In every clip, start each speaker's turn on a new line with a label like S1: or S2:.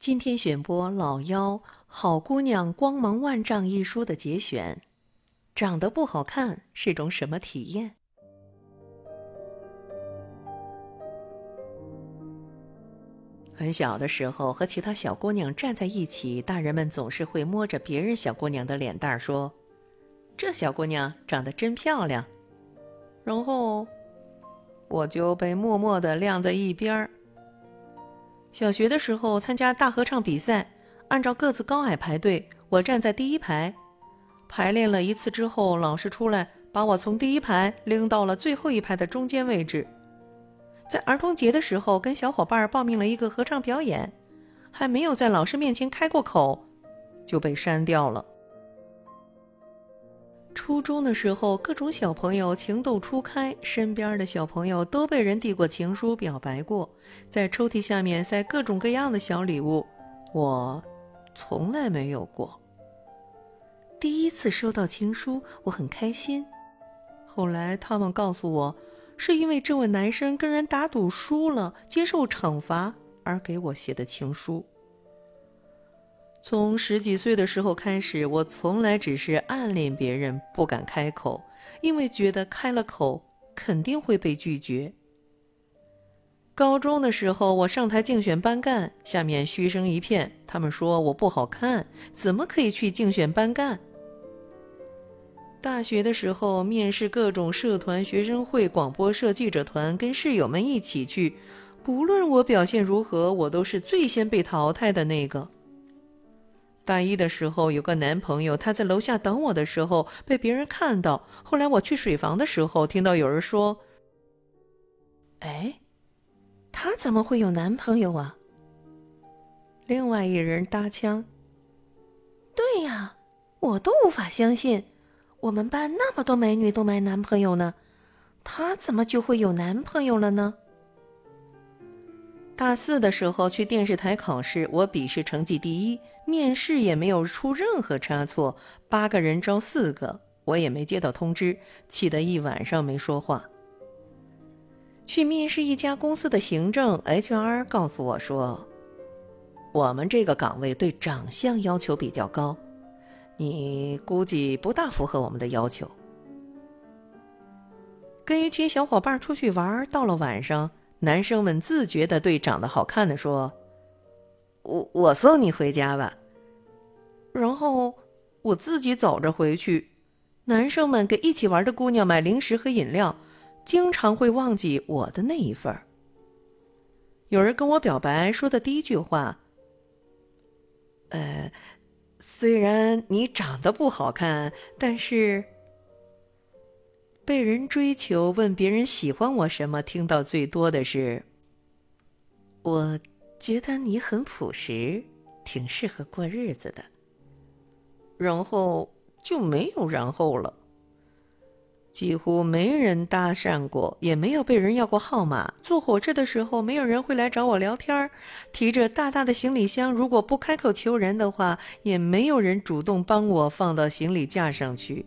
S1: 今天选播老妖好姑娘光芒万丈一书的节选。长得不好看是种什么体验？很小的时候和其他小姑娘站在一起，大人们总是会摸着别人小姑娘的脸蛋说，这小姑娘长得真漂亮，然后我就被默默地晾在一边。小学的时候参加大合唱比赛，按照个子高矮排队，我站在第一排。排练了一次之后，老师出来把我从第一排拎到了最后一排的中间位置。在儿童节的时候跟小伙伴报名了一个合唱表演，还没有在老师面前开过口就被删掉了。初中的时候各种小朋友情窦初开，身边的小朋友都被人递过情书表白过，在抽屉下面塞各种各样的小礼物，我从来没有过。第一次收到情书我很开心，后来他们告诉我，是因为这位男生跟人打赌输了接受惩罚而给我写的情书。从10几岁的时候开始，我从来只是暗恋别人，不敢开口，因为觉得开了口肯定会被拒绝。高中的时候我上台竞选班干，下面嘘声一片，他们说我不好看，怎么可以去竞选班干？大学的时候面试各种社团、学生会、广播社、记者团，跟室友们一起去，不论我表现如何，我都是最先被淘汰的那个。大一的时候有个男朋友，他在楼下等我的时候被别人看到，后来我去水房的时候听到有人说，哎，他怎么会有男朋友啊？另外一人搭腔，对呀，我都无法相信，我们班那么多美女都没男朋友呢，他怎么就会有男朋友了呢？大4的时候去电视台考试，我笔试成绩第一，面试也没有出任何差错，8个人招4个，我也没接到通知，气得一晚上没说话。去面试一家公司的行政 HR 告诉我说，我们这个岗位对长相要求比较高，你估计不大符合我们的要求。跟一群小伙伴出去玩，到了晚上，男生们自觉地对长得好看的说，我送你回家吧。然后我自己走着回去，男生们给一起玩的姑娘买零食和饮料，经常会忘记我的那一份。有人跟我表白说的第一句话，虽然你长得不好看，但是被人追求问别人喜欢我什么，听到最多的是，我觉得你很朴实，挺适合过日子的。然后就没有然后了，几乎没人搭讪过，也没有被人要过号码。坐火车的时候没有人会来找我聊天，提着大大的行李箱，如果不开口求人的话，也没有人主动帮我放到行李架上去。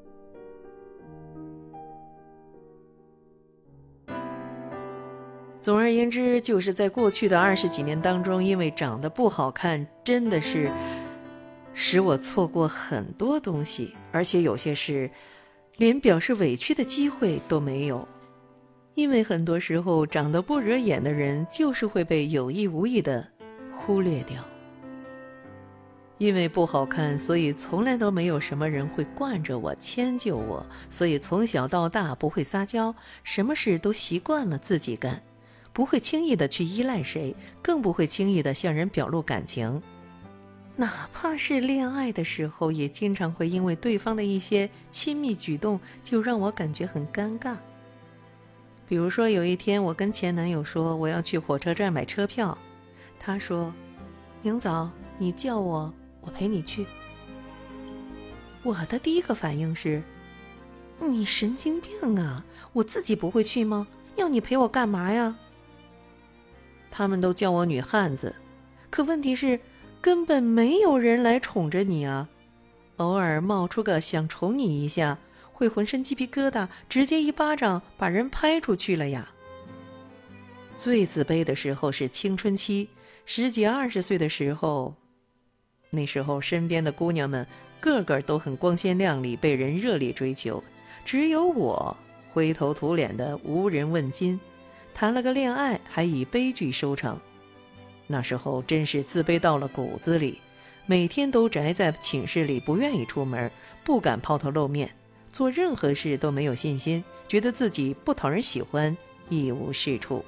S1: 总而言之，就是在过去的20几年当中，因为长得不好看，真的是使我错过很多东西，而且有些事连表示委屈的机会都没有。因为很多时候长得不惹眼的人就是会被有意无意的忽略掉。因为不好看，所以从来都没有什么人会惯着我、迁就我，所以从小到大不会撒娇，什么事都习惯了自己干，不会轻易的去依赖谁，更不会轻易的向人表露感情。哪怕是恋爱的时候，也经常会因为对方的一些亲密举动就让我感觉很尴尬。比如说有一天我跟前男友说我要去火车站买车票，他说，明早你叫我，我陪你去。我的第一个反应是，你神经病啊，我自己不会去吗？要你陪我干嘛呀？他们都叫我女汉子，可问题是根本没有人来宠着你啊，偶尔冒出个想宠你一下，会浑身鸡皮疙瘩，直接一巴掌把人拍出去了呀。最自卑的时候是青春期， 10几20岁的时候，那时候身边的姑娘们个个都很光鲜亮丽，被人热烈追求，只有我灰头土脸的无人问津，谈了个恋爱还以悲剧收场。那时候真是自卑到了骨子里，每天都宅在寝室里，不愿意出门，不敢抛头露面，做任何事都没有信心，觉得自己不讨人喜欢，一无是处。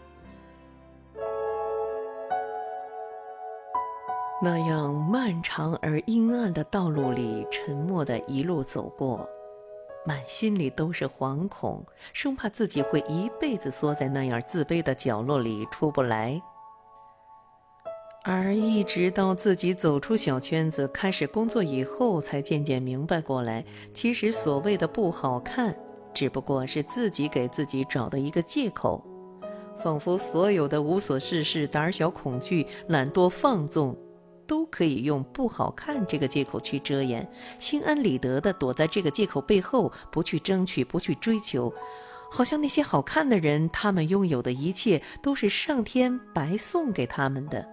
S1: 那样漫长而阴暗的道路里，沉默地一路走过，满心里都是惶恐，生怕自己会一辈子缩在那样自卑的角落里出不来。而一直到自己走出小圈子，开始工作以后，才渐渐明白过来，其实所谓的不好看，只不过是自己给自己找的一个借口，仿佛所有的无所事事、胆小恐惧、懒惰放纵，都可以用不好看这个借口去遮掩，心安理得地躲在这个借口背后，不去争取，不去追求，好像那些好看的人，他们拥有的一切都是上天白送给他们的。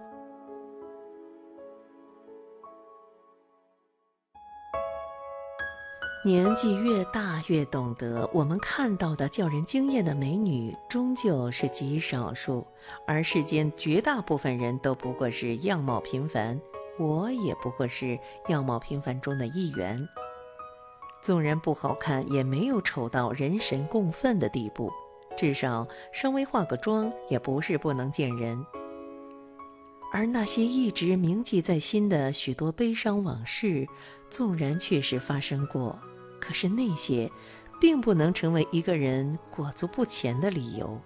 S1: 年纪越大越懂得，我们看到的叫人惊艳的美女终究是极少数，而世间绝大部分人都不过是样貌平凡，我也不过是样貌平凡中的一员。纵然不好看，也没有丑到人神共愤的地步，至少稍微化个妆也不是不能见人。而那些一直铭记在心的许多悲伤往事，纵然确实发生过，可是那些并不能成为一个人裹足不前的理由。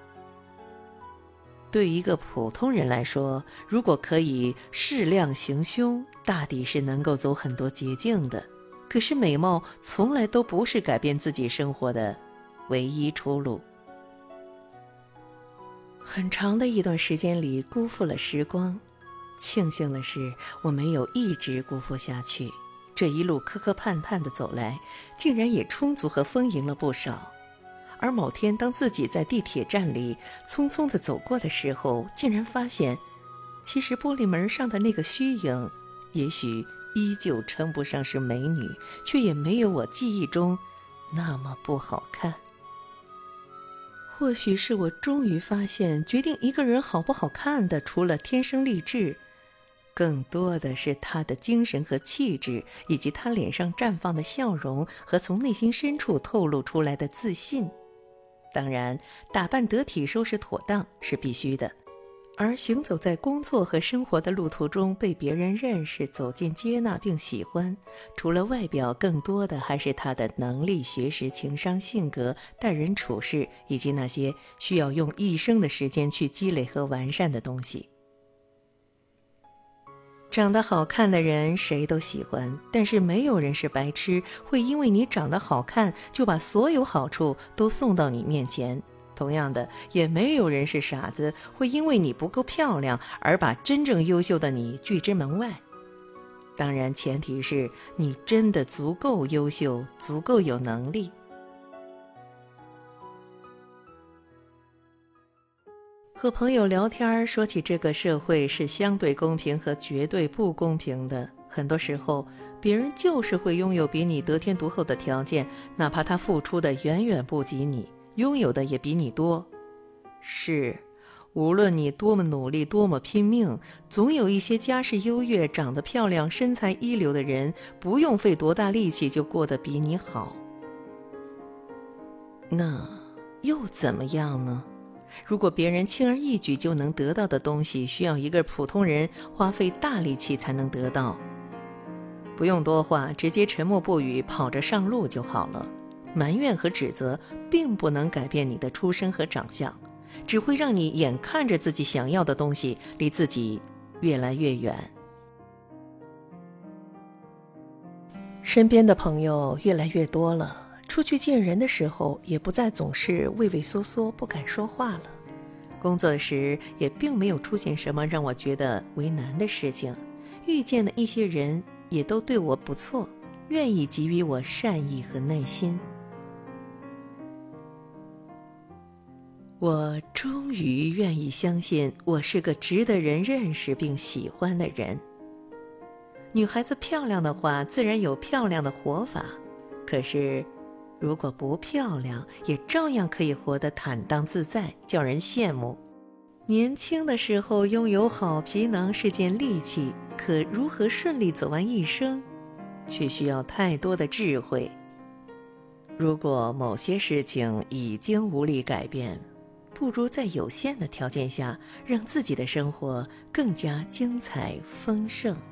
S1: 对一个普通人来说，如果可以适量行凶，大抵是能够走很多捷径的。可是美貌从来都不是改变自己生活的唯一出路。很长的一段时间里辜负了时光，庆幸的是我没有一直辜负下去，这一路磕磕绊绊的走来，竟然也充足和丰盈了不少。而某天当自己在地铁站里匆匆地走过的时候，竟然发现其实玻璃门上的那个虚影也许依旧称不上是美女，却也没有我记忆中那么不好看。或许是我终于发现，决定一个人好不好看的，除了天生丽质，更多的是他的精神和气质，以及他脸上绽放的笑容和从内心深处透露出来的自信。当然，打扮得体、收拾妥当是必须的。而行走在工作和生活的路途中，被别人认识、走进、接纳并喜欢，除了外表，更多的还是他的能力、学识、情商、性格、待人处事，以及那些需要用一生的时间去积累和完善的东西。长得好看的人谁都喜欢，但是没有人是白痴，会因为你长得好看就把所有好处都送到你面前。同样的，也没有人是傻子，会因为你不够漂亮而把真正优秀的你拒之门外。当然，前提是你真的足够优秀，足够有能力。和朋友聊天，说起这个社会是相对公平和绝对不公平的，很多时候别人就是会拥有比你得天独厚的条件，哪怕他付出的远远不及你，拥有的也比你多。是，无论你多么努力，多么拼命，总有一些家世优越、长得漂亮、身材一流的人，不用费多大力气就过得比你好。那又怎么样呢？如果别人轻而易举就能得到的东西，需要一个普通人花费大力气才能得到，不用多话，直接沉默不语，跑着上路就好了。埋怨和指责并不能改变你的出身和长相，只会让你眼看着自己想要的东西离自己越来越远。身边的朋友越来越多了，出去见人的时候也不再总是畏畏缩缩不敢说话了。工作时也并没有出现什么让我觉得为难的事情，遇见的一些人也都对我不错，愿意给予我善意和耐心。 我终于愿意相信我是个值得人认识并喜欢的人。女孩子漂亮的话，自然有漂亮的活法，可是如果不漂亮，也照样可以活得坦荡自在，叫人羡慕。年轻的时候拥有好皮囊是件利器，可如何顺利走完一生，却需要太多的智慧。如果某些事情已经无力改变，不如在有限的条件下，让自己的生活更加精彩丰盛。